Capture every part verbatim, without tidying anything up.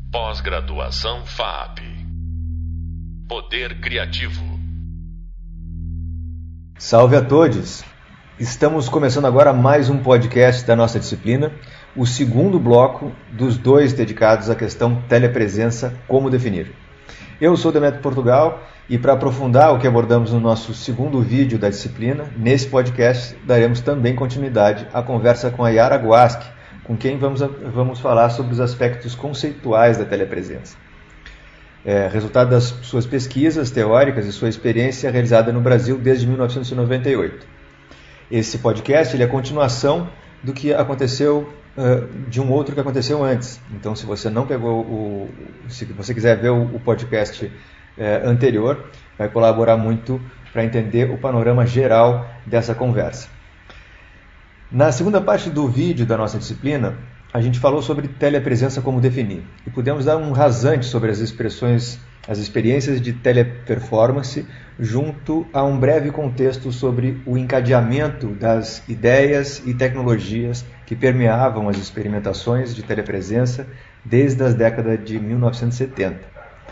Pós-graduação F A P. Poder Criativo. Salve a todos! Estamos começando agora mais um podcast da nossa disciplina, o segundo bloco dos dois dedicados à questão telepresença, como definir. Eu sou Demetrio Portugal e para aprofundar o que abordamos no nosso segundo vídeo da disciplina, nesse podcast daremos também continuidade à conversa com a Yara Guaski, com quem vamos, vamos falar sobre os aspectos conceituais da telepresença. É, resultado das suas pesquisas teóricas e sua experiência realizada no Brasil desde mil novecentos e noventa e oito. Esse podcast ele é a continuação do que aconteceu, uh, de um outro que aconteceu antes. Então, se você não pegou o... se você quiser ver o, o podcast uh, anterior, vai colaborar muito para entender o panorama geral dessa conversa. Na segunda parte do vídeo da nossa disciplina, a gente falou sobre telepresença como definir e pudemos dar um rasante sobre as expressões, as experiências de teleperformance junto a um breve contexto sobre o encadeamento das ideias e tecnologias que permeavam as experimentações de telepresença desde as décadas de mil novecentos e setenta.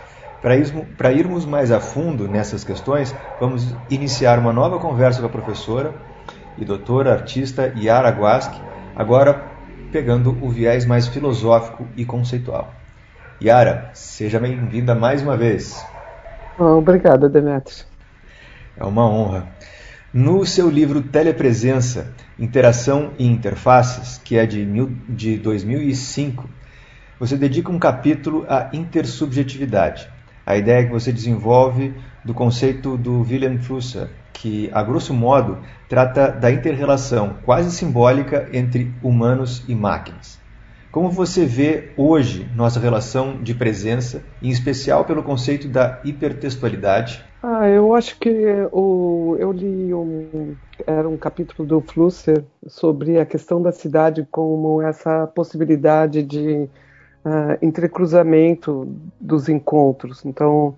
Para irmos mais a fundo nessas questões, vamos iniciar uma nova conversa com a professora e doutora artista Yara Guaski, agora pegando o viés mais filosófico e conceitual. Yara, seja bem-vinda mais uma vez. Obrigada, Demetrio. É uma honra. No seu livro Telepresença, Interação e Interfaces, que é de, mil, de dois mil e cinco, você dedica um capítulo à intersubjetividade, a ideia que você desenvolve do conceito do Wilhelm Flusser, que, a grosso modo, trata da inter-relação quase simbólica entre humanos e máquinas. Como você vê hoje nossa relação de presença, em especial pelo conceito da hipertextualidade? Ah, eu acho que o, eu li um, era um capítulo do Flusser sobre a questão da cidade como essa possibilidade de uh, entrecruzamento dos encontros. Então,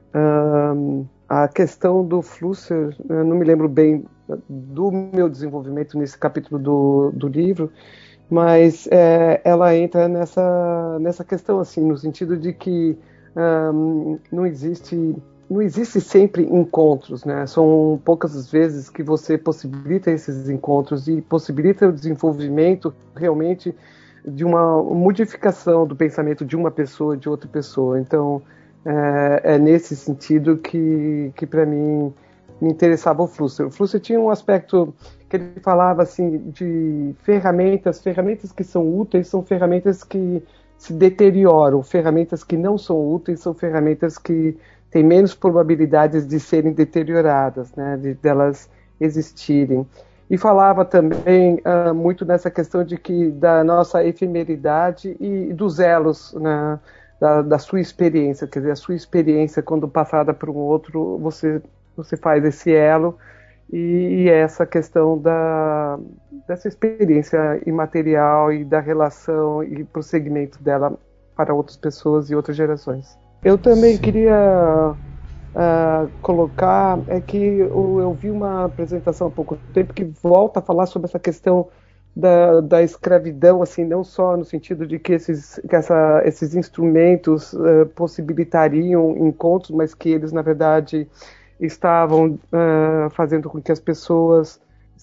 uh, a questão do Flusser, eu não me lembro bem do meu desenvolvimento nesse capítulo do, do livro, mas é, ela entra nessa, nessa questão, assim, no sentido de que um, não existe, não existe sempre encontros, né? São poucas as vezes que você possibilita esses encontros e possibilita o desenvolvimento realmente de uma modificação do pensamento de uma pessoa, de outra pessoa. Então, É, é nesse sentido que, que para mim, me interessava o Flusser. O Flusser tinha um aspecto que ele falava assim, de ferramentas, ferramentas que são úteis são ferramentas que se deterioram, ferramentas que não são úteis são ferramentas que têm menos probabilidades de serem deterioradas, né, de delas existirem. E falava também uh, muito nessa questão de que, da nossa efemeridade e dos elos, né, Da, da sua experiência, quer dizer, a sua experiência quando passada por um outro, você, você faz esse elo e, e essa questão da, dessa experiência imaterial e da relação e prosseguimento dela para outras pessoas e outras gerações. Eu também Sim. queria uh, colocar, é que eu, eu vi uma apresentação há pouco tempo que volta a falar sobre essa questão Da, da escravidão, assim, não só no sentido de que esses, que essa, esses instrumentos uh, possibilitariam encontros, mas que eles, na verdade, estavam uh, fazendo com que as pessoas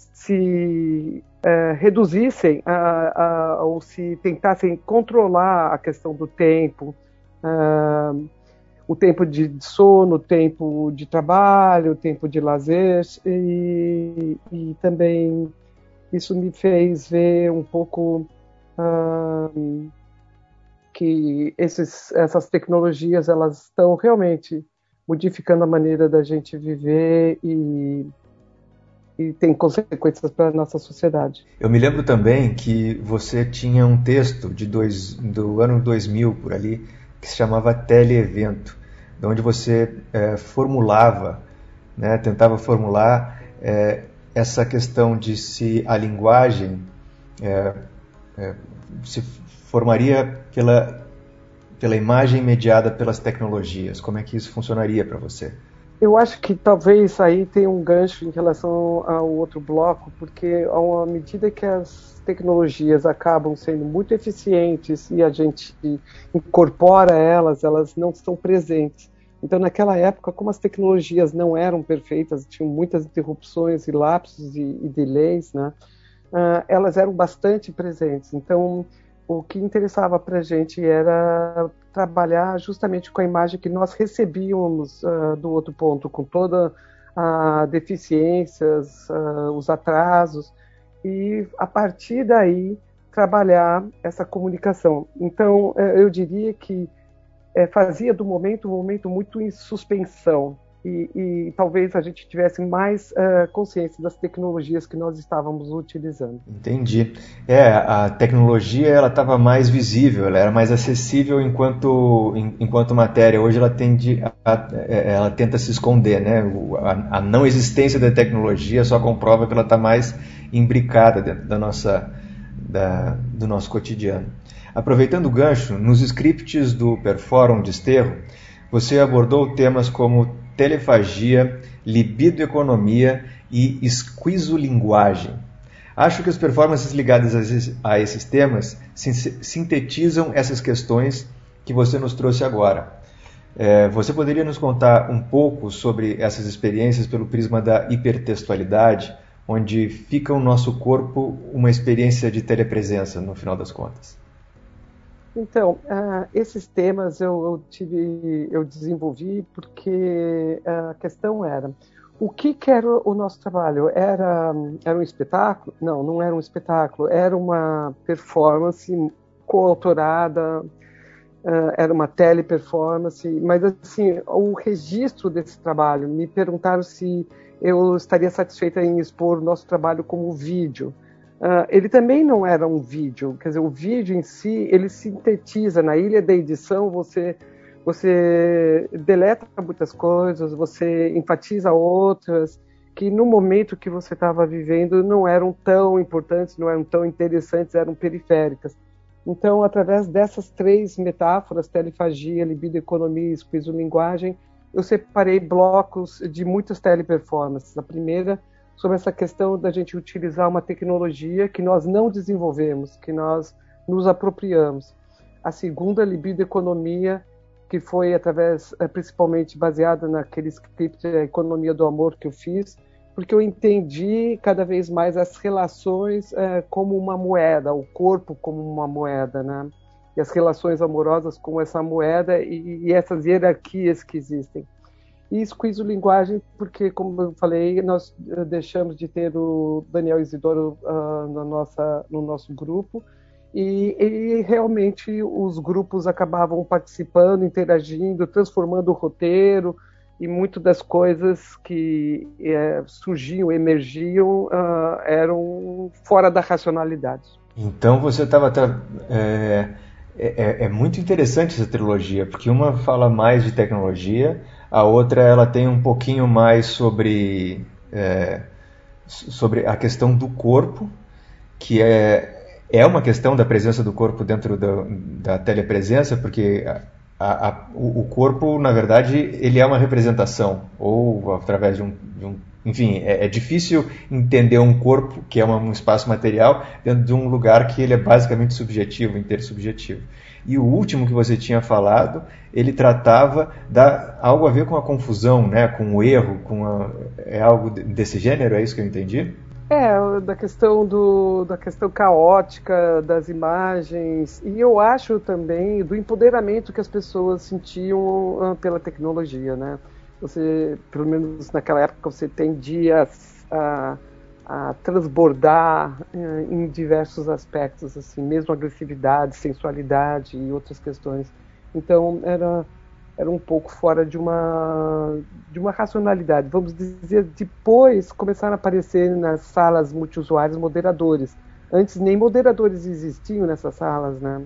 se uh, reduzissem a, a, ou se tentassem controlar a questão do tempo, uh, o tempo de sono, o tempo de trabalho, o tempo de lazer, e, e também isso me fez ver um pouco uh, que esses, essas tecnologias elas estão realmente modificando a maneira da gente viver e, e tem consequências para a nossa sociedade. Eu me lembro também que você tinha um texto de dois, do ano dois mil, por ali, que se chamava Teleevento, onde você é, formulava, né, tentava formular é, essa questão de se a linguagem é, é, se formaria pela, pela imagem mediada pelas tecnologias. Como é que isso funcionaria para você? Eu acho que talvez aí tenha um gancho em relação ao outro bloco, porque à medida que as tecnologias acabam sendo muito eficientes e a gente incorpora elas, elas não estão presentes. Então, naquela época, como as tecnologias não eram perfeitas, tinham muitas interrupções e lapsos e, e delays, né? Uh, elas eram bastante presentes. Então, o que interessava para a gente era trabalhar justamente com a imagem que nós recebíamos uh, do outro ponto, com todas as deficiências, uh, os atrasos, e a partir daí trabalhar essa comunicação. Então, eu diria que é, fazia do momento um momento muito em suspensão, e, e talvez a gente tivesse mais uh, consciência das tecnologias que nós estávamos utilizando. Entendi. É, a tecnologia ela estava mais visível, ela era mais acessível enquanto, enquanto matéria. Hoje ela, tende a, ela tenta se esconder, né? A, a não existência da tecnologia só comprova que ela está mais imbricada dentro da nossa, da, do nosso cotidiano. Aproveitando o gancho, nos scripts do Perforum Desterro, você abordou temas como telefagia, libido-economia e esquizolinguagem. Acho que as performances ligadas a esses temas sintetizam essas questões que você nos trouxe agora. É, você poderia nos contar um pouco sobre essas experiências pelo prisma da hipertextualidade, onde fica o nosso corpo uma experiência de telepresença, no final das contas? Então, uh, esses temas eu, eu, tive, eu desenvolvi porque a questão era, o que, que era o nosso trabalho? Era, era um espetáculo? Não, não era um espetáculo, era uma performance coautorada, uh, era uma teleperformance, mas assim, o registro desse trabalho, me perguntaram se eu estaria satisfeita em expor o nosso trabalho como vídeo. Uh, ele também não era um vídeo, quer dizer, o vídeo em si, ele sintetiza, na ilha da edição, você, você deleta muitas coisas, você enfatiza outras, que no momento que você estava vivendo não eram tão importantes, não eram tão interessantes, eram periféricas. Então, através dessas três metáforas, telefagia, libido, economia e esquizolinguagem, eu separei blocos de muitas teleperformances. A primeira, sobre essa questão da gente utilizar uma tecnologia que nós não desenvolvemos, que nós nos apropriamos. A segunda, libido economia, que foi através, principalmente baseada naquele script A Economia do Amor que eu fiz, porque eu entendi cada vez mais as relações é, como uma moeda, o corpo como uma moeda, né? E as relações amorosas como essa moeda e, e essas hierarquias que existem. E esquizolinguagem, porque, como eu falei, nós deixamos de ter o Daniel Isidoro uh, na nossa, no nosso grupo, e, e realmente os grupos acabavam participando, interagindo, transformando o roteiro, e muitas das coisas que é, surgiam, emergiam, uh, eram fora da racionalidade. Então você estava... É, é, é muito interessante essa trilogia, porque uma fala mais de tecnologia, a outra ela tem um pouquinho mais sobre, é, sobre a questão do corpo, que é, é uma questão da presença do corpo dentro da, da telepresença, porque a, a, o, o corpo, na verdade, ele é uma representação, ou através de um... De um enfim, é, é difícil entender um corpo, que é uma, um espaço material, dentro de um lugar que ele é basicamente subjetivo, intersubjetivo. E o último que você tinha falado, ele tratava da algo a ver com a confusão, né, com o erro, com a, é algo desse gênero, é isso que eu entendi? É, da questão, do, da questão caótica das imagens, e eu acho também do empoderamento que as pessoas sentiam uh, pela tecnologia, né? Você, pelo menos naquela época, você tendia a, a transbordar uh, em diversos aspectos, assim, mesmo agressividade, sensualidade e outras questões. Então, era... era um pouco fora de uma, de uma racionalidade. Vamos dizer, depois começaram a aparecer nas salas multiusuários moderadores. Antes nem moderadores existiam nessas salas, né?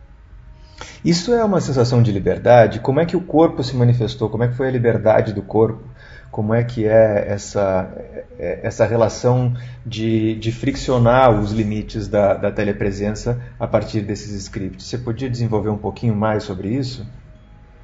Isso é uma sensação de liberdade? Como é que o corpo se manifestou? Como é que foi a liberdade do corpo? Como é que é essa, essa relação de, de friccionar os limites da, da telepresença a partir desses scripts? Você podia desenvolver um pouquinho mais sobre isso?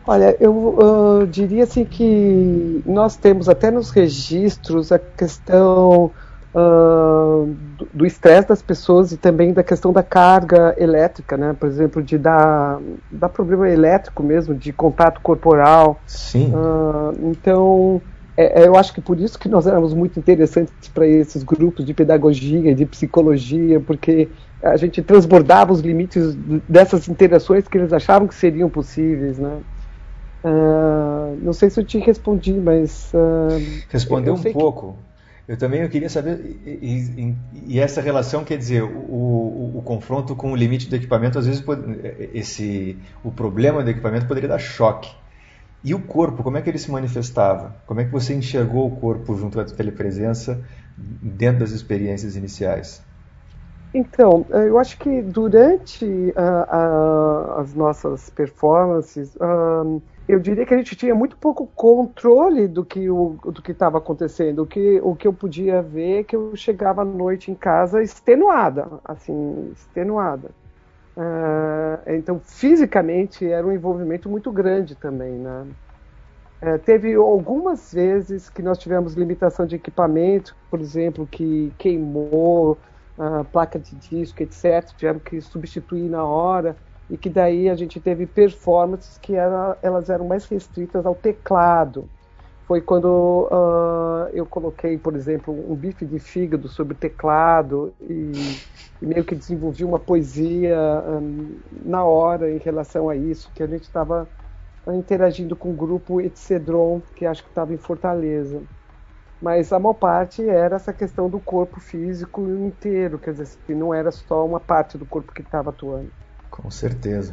Olha, eu uh, diria assim que nós temos até nos registros a questão uh, do estresse das pessoas e também da questão da carga elétrica, né? Por exemplo, de dar, dar problema elétrico mesmo, de contato corporal. Sim. Uh, então, é, eu acho que por isso que nós éramos muito interessantes para esses grupos de pedagogia, de psicologia, porque a gente transbordava os limites dessas interações que eles achavam que seriam possíveis, né? Uh, não sei se eu te respondi, mas... Uh, Respondeu um pouco. Que... Eu também eu queria saber, e, e, e essa relação, quer dizer, o, o, o confronto com o limite do equipamento, às vezes pode, esse, o problema do equipamento poderia dar choque. E o corpo, como é que ele se manifestava? Como é que você enxergou o corpo junto à telepresença dentro das experiências iniciais? Então, eu acho que durante uh, uh, as nossas performances, uh, eu diria que a gente tinha muito pouco controle do que o, do que estava acontecendo. O que, o que eu podia ver é que eu chegava à noite em casa extenuada, assim, extenuada. Uh, então, fisicamente, era um envolvimento muito grande também, né? Uh, teve algumas vezes que nós tivemos limitação de equipamento, por exemplo, que queimou a placa de disco, etcétera. Tiveram que substituir na hora, e que daí a gente teve performances que era, elas eram mais restritas ao teclado. Foi quando uh, eu coloquei, por exemplo, um bife de fígado sobre o teclado e, e meio que desenvolvi uma poesia um, na hora em relação a isso, que a gente estava interagindo com o grupo Etcedron, que acho que estava em Fortaleza. Mas a maior parte era essa questão do corpo físico inteiro, quer dizer, que não era só uma parte do corpo que estava atuando. Com certeza.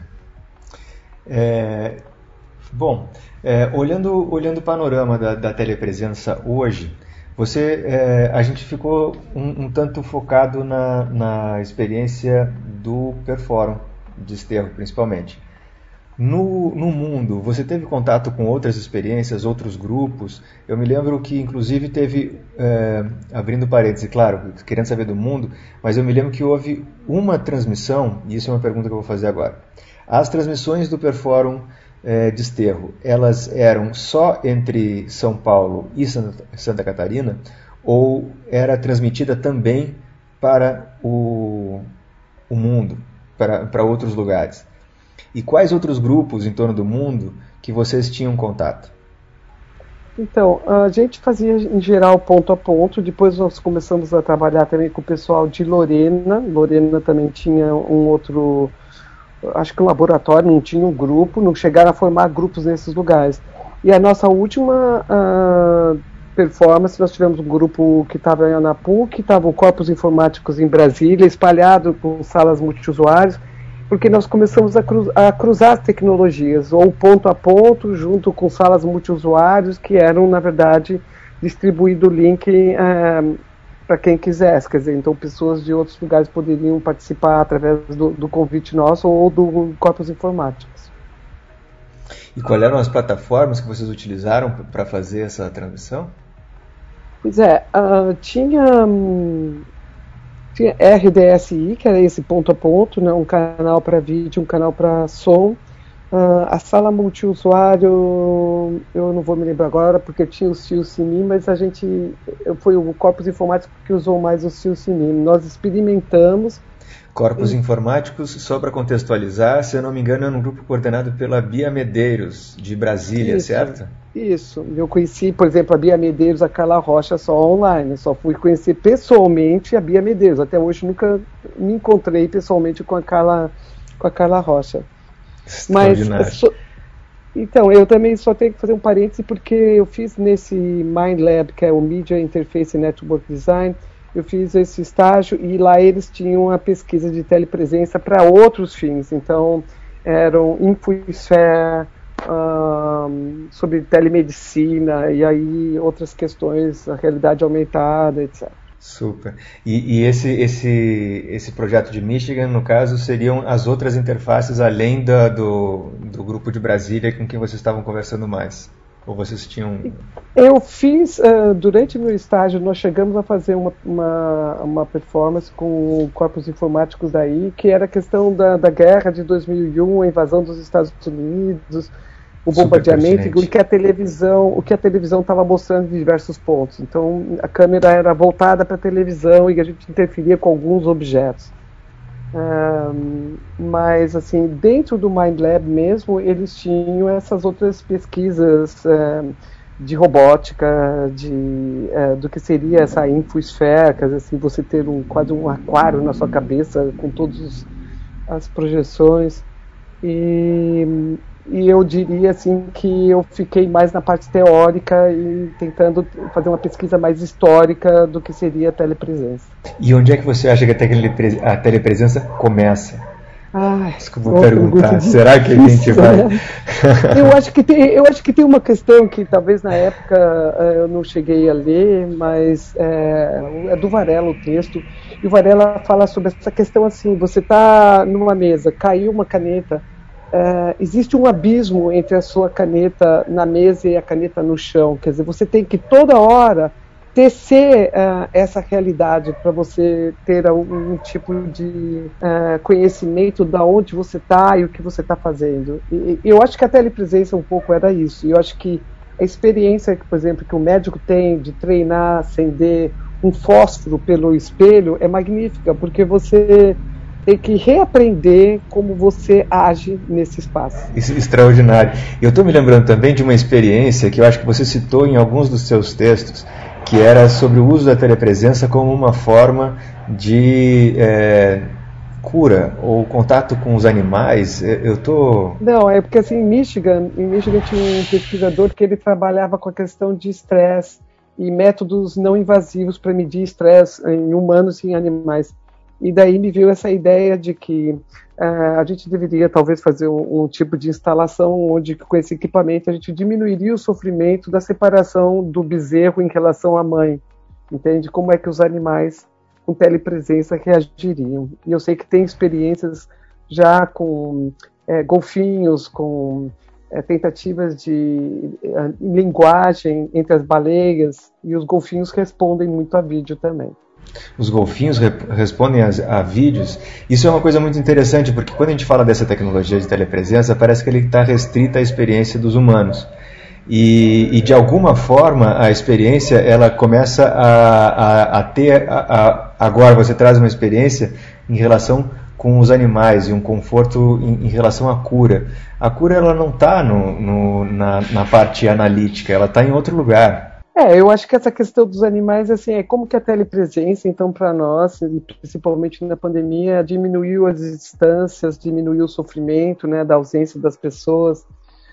É, bom, é, olhando, olhando o panorama da, da telepresença hoje, você, é, a gente ficou um, um tanto focado na, na experiência do Perforum, de Estevo principalmente. No, no mundo, você teve contato com outras experiências, outros grupos? Eu me lembro que, inclusive, teve, é, abrindo parênteses, claro, querendo saber do mundo, mas eu me lembro que houve uma transmissão, e isso é uma pergunta que eu vou fazer agora. As transmissões do Perforum é, de Estevo, elas eram só entre São Paulo e Santa, Santa Catarina, ou era transmitida também para o, o mundo, para, para outros lugares? E quais outros grupos em torno do mundo que vocês tinham contato? Então, a gente fazia em geral ponto a ponto, depois nós começamos a trabalhar também com o pessoal de Lorena. Lorena também tinha um outro, acho que um laboratório, não tinha um grupo, não chegaram a formar grupos nesses lugares. E a nossa última uh, performance, nós tivemos um grupo que estava em Anapu, que estavam corpos informáticos em Brasília, espalhado com salas multiusuários, porque nós começamos a, cru- a cruzar as tecnologias, ou ponto a ponto, junto com salas multiusuários, que eram, na verdade, distribuído o link eh, para quem quisesse. Quer dizer, então pessoas de outros lugares poderiam participar através do, do convite nosso ou do Corpos Informáticos. E quais eram as plataformas que vocês utilizaram para fazer essa transmissão? Pois é, uh, tinha... Hum, Tinha R D S I, que era esse ponto a ponto, né, um canal para vídeo, um canal para som. Uh, a sala multiusuário, eu não vou me lembrar agora, porque tinha o SIL-SIMIM, mas a gente, foi o Corpos Informáticos que usou mais o SIL-SIMIM. Nós experimentamos. Corpos e... Informáticos, só para contextualizar, se eu não me engano, é um grupo coordenado pela Bia Medeiros, de Brasília, isso, certo? Isso. Eu conheci, por exemplo, a Bia Medeiros, a Carla Rocha só online. Só fui conhecer pessoalmente a Bia Medeiros. Até hoje nunca me encontrei pessoalmente com a Carla, com a Carla Rocha. Mas, so... então, eu também só tenho que fazer um parêntese, porque eu fiz nesse Mind Lab, que é o Media Interface Network Design, eu fiz esse estágio e lá eles tinham a pesquisa de telepresença para outros fins. Então, eram InfoSphere, um, sobre telemedicina e aí outras questões, a realidade aumentada, etcétera. Super. E, e esse, esse, esse projeto de Michigan, no caso, seriam as outras interfaces além da, do, do grupo de Brasília com quem vocês estavam conversando mais? Ou vocês tinham... Eu fiz, uh, durante meu estágio, nós chegamos a fazer uma, uma, uma performance com corpos informáticos daí, que era a questão da, da guerra de dois mil e um, a invasão dos Estados Unidos, o Super bombardeamento e pertinente. o que a televisão o que a televisão estava mostrando em diversos pontos. Então a câmera era voltada para a televisão e a gente interferia com alguns objetos. Um, mas assim, dentro do MindLab mesmo, eles tinham essas outras pesquisas um, de robótica, de, uh, do que seria essa infoesfera, assim, você ter um, quase um aquário na sua cabeça com todas as projeções. E, e eu diria assim que eu fiquei mais na parte teórica e tentando fazer uma pesquisa mais histórica do que seria a telepresença. E onde é que você acha que a, telepre- a telepresença começa? Ai, Desculpa perguntar, será que a gente vai... eu, acho que tem, eu acho que tem uma questão que talvez na época eu não cheguei a ler, mas é, é do Varela o texto, e o Varela fala sobre essa questão assim, você está numa mesa, caiu uma caneta, é, existe um abismo entre a sua caneta na mesa e a caneta no chão, quer dizer, você tem que toda hora tecer uh, essa realidade para você ter um, um tipo de uh, conhecimento de onde você está e o que você está fazendo. E, e eu acho que a telepresença um pouco era isso. E eu acho que a experiência, que, por exemplo, que o médico tem de treinar, acender um fósforo pelo espelho é magnífica, porque você tem que reaprender como você age nesse espaço. Isso é extraordinário. Eu estou me lembrando também de uma experiência que eu acho que você citou em alguns dos seus textos, que era sobre o uso da telepresença como uma forma de é, cura ou contato com os animais. Eu tô... Não, é porque assim, em Michigan, em Michigan tinha um pesquisador que ele trabalhava com a questão de estresse e métodos não invasivos para medir estresse em humanos e em animais. E daí me veio essa ideia de que uh, a gente deveria talvez fazer um, um tipo de instalação onde com esse equipamento a gente diminuiria o sofrimento da separação do bezerro em relação à mãe. Entende? Como é que os animais com telepresença reagiriam. E eu sei que tem experiências já com é, golfinhos, com é, tentativas de é, linguagem entre as baleias, e os golfinhos respondem muito a vídeo também. Os golfinhos rep- respondem a, a vídeos. Isso é uma coisa muito interessante, porque quando a gente fala dessa tecnologia de telepresença, parece que ele está restrita à experiência dos humanos. E, e de alguma forma a experiência ela começa a, a, a ter... A, a, agora você traz uma experiência em relação com os animais e um conforto em, em relação à cura. A cura ela não está no, no, na, na parte analítica, ela está em outro lugar. É, eu acho que essa questão dos animais, assim, é como que a telepresença, então, para nós, principalmente na pandemia, diminuiu as distâncias, diminuiu o sofrimento, né, da ausência das pessoas.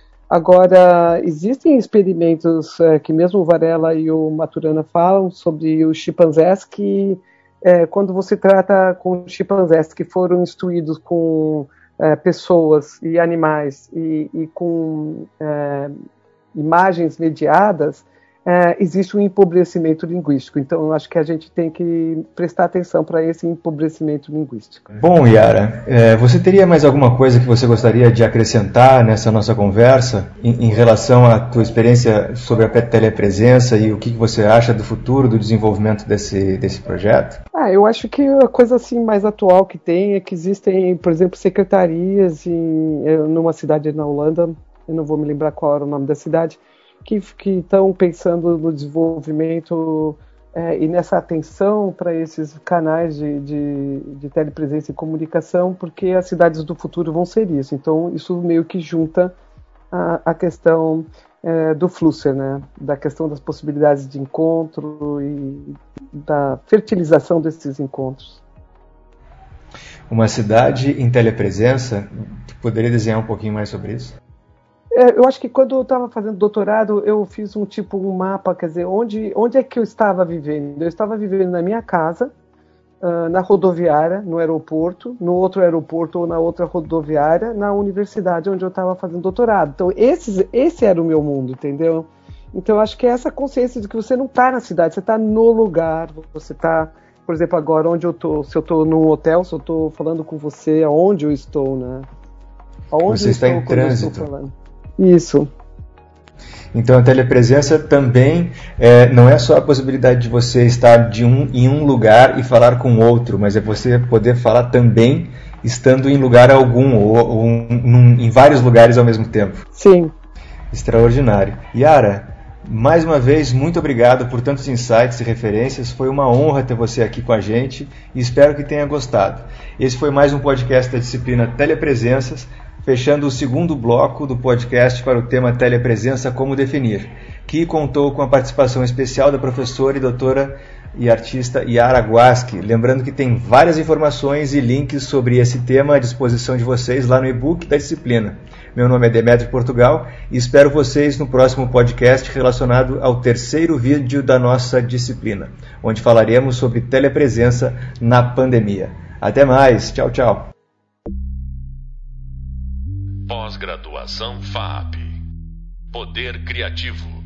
Agora, existem experimentos é, que mesmo o Varela e o Maturana falam sobre os chimpanzés que, é, quando você trata com chimpanzés que foram instruídos com é, pessoas e animais e, e com é, imagens mediadas, É, existe um empobrecimento linguístico. Então, eu acho que a gente tem que prestar atenção para esse empobrecimento linguístico. Bom, Yara, é, você teria mais alguma coisa que você gostaria de acrescentar nessa nossa conversa em, em relação à tua experiência sobre a telepresença e o que você acha do futuro, do desenvolvimento desse, desse projeto? Ah, eu acho que a coisa assim mais atual que tem é que existem, por exemplo, secretarias em, numa cidade na Holanda, eu não vou me lembrar qual era o nome da cidade, que estão pensando no desenvolvimento é, e nessa atenção para esses canais de, de, de telepresença e comunicação, porque as cidades do futuro vão ser isso. Então, isso meio que junta a, a questão é, do Flusser, né? Da questão das possibilidades de encontro e da fertilização desses encontros. Uma cidade em telepresença, poderia desenhar um pouquinho mais sobre isso? Eu acho que quando eu estava fazendo doutorado, eu fiz um tipo, um mapa, quer dizer, onde, onde é que eu estava vivendo? Eu estava vivendo na minha casa, uh, na rodoviária, no aeroporto, no outro aeroporto ou na outra rodoviária, na universidade onde eu estava fazendo doutorado. Então, esse, esse era o meu mundo, entendeu? Então, eu acho que é essa consciência de que você não está na cidade, você está no lugar, você está, por exemplo, agora onde eu estou, se eu estou num hotel, se eu estou falando com você, aonde eu estou, né? Aonde você eu está estou em trânsito. Eu estou falando? Isso. Então a telepresença também é, não é só a possibilidade de você estar de um, em um lugar e falar com outro, mas é você poder falar também estando em lugar algum ou, ou num, em vários lugares ao mesmo tempo. Sim. Extraordinário. Yara, mais uma vez, muito obrigado por tantos insights e referências. Foi uma honra ter você aqui com a gente e espero que tenha gostado. Esse foi mais um podcast da disciplina Telepresenças, fechando o segundo bloco do podcast para o tema Telepresença, como definir, que contou com a participação especial da professora e doutora e artista Yara Guaski. Lembrando que tem várias informações e links sobre esse tema à disposição de vocês lá no e-book da disciplina. Meu nome é Demetrio Portugal e espero vocês no próximo podcast relacionado ao terceiro vídeo da nossa disciplina, onde falaremos sobre telepresença na pandemia. Até mais, tchau, tchau. Pós-graduação F A A P. Poder Criativo.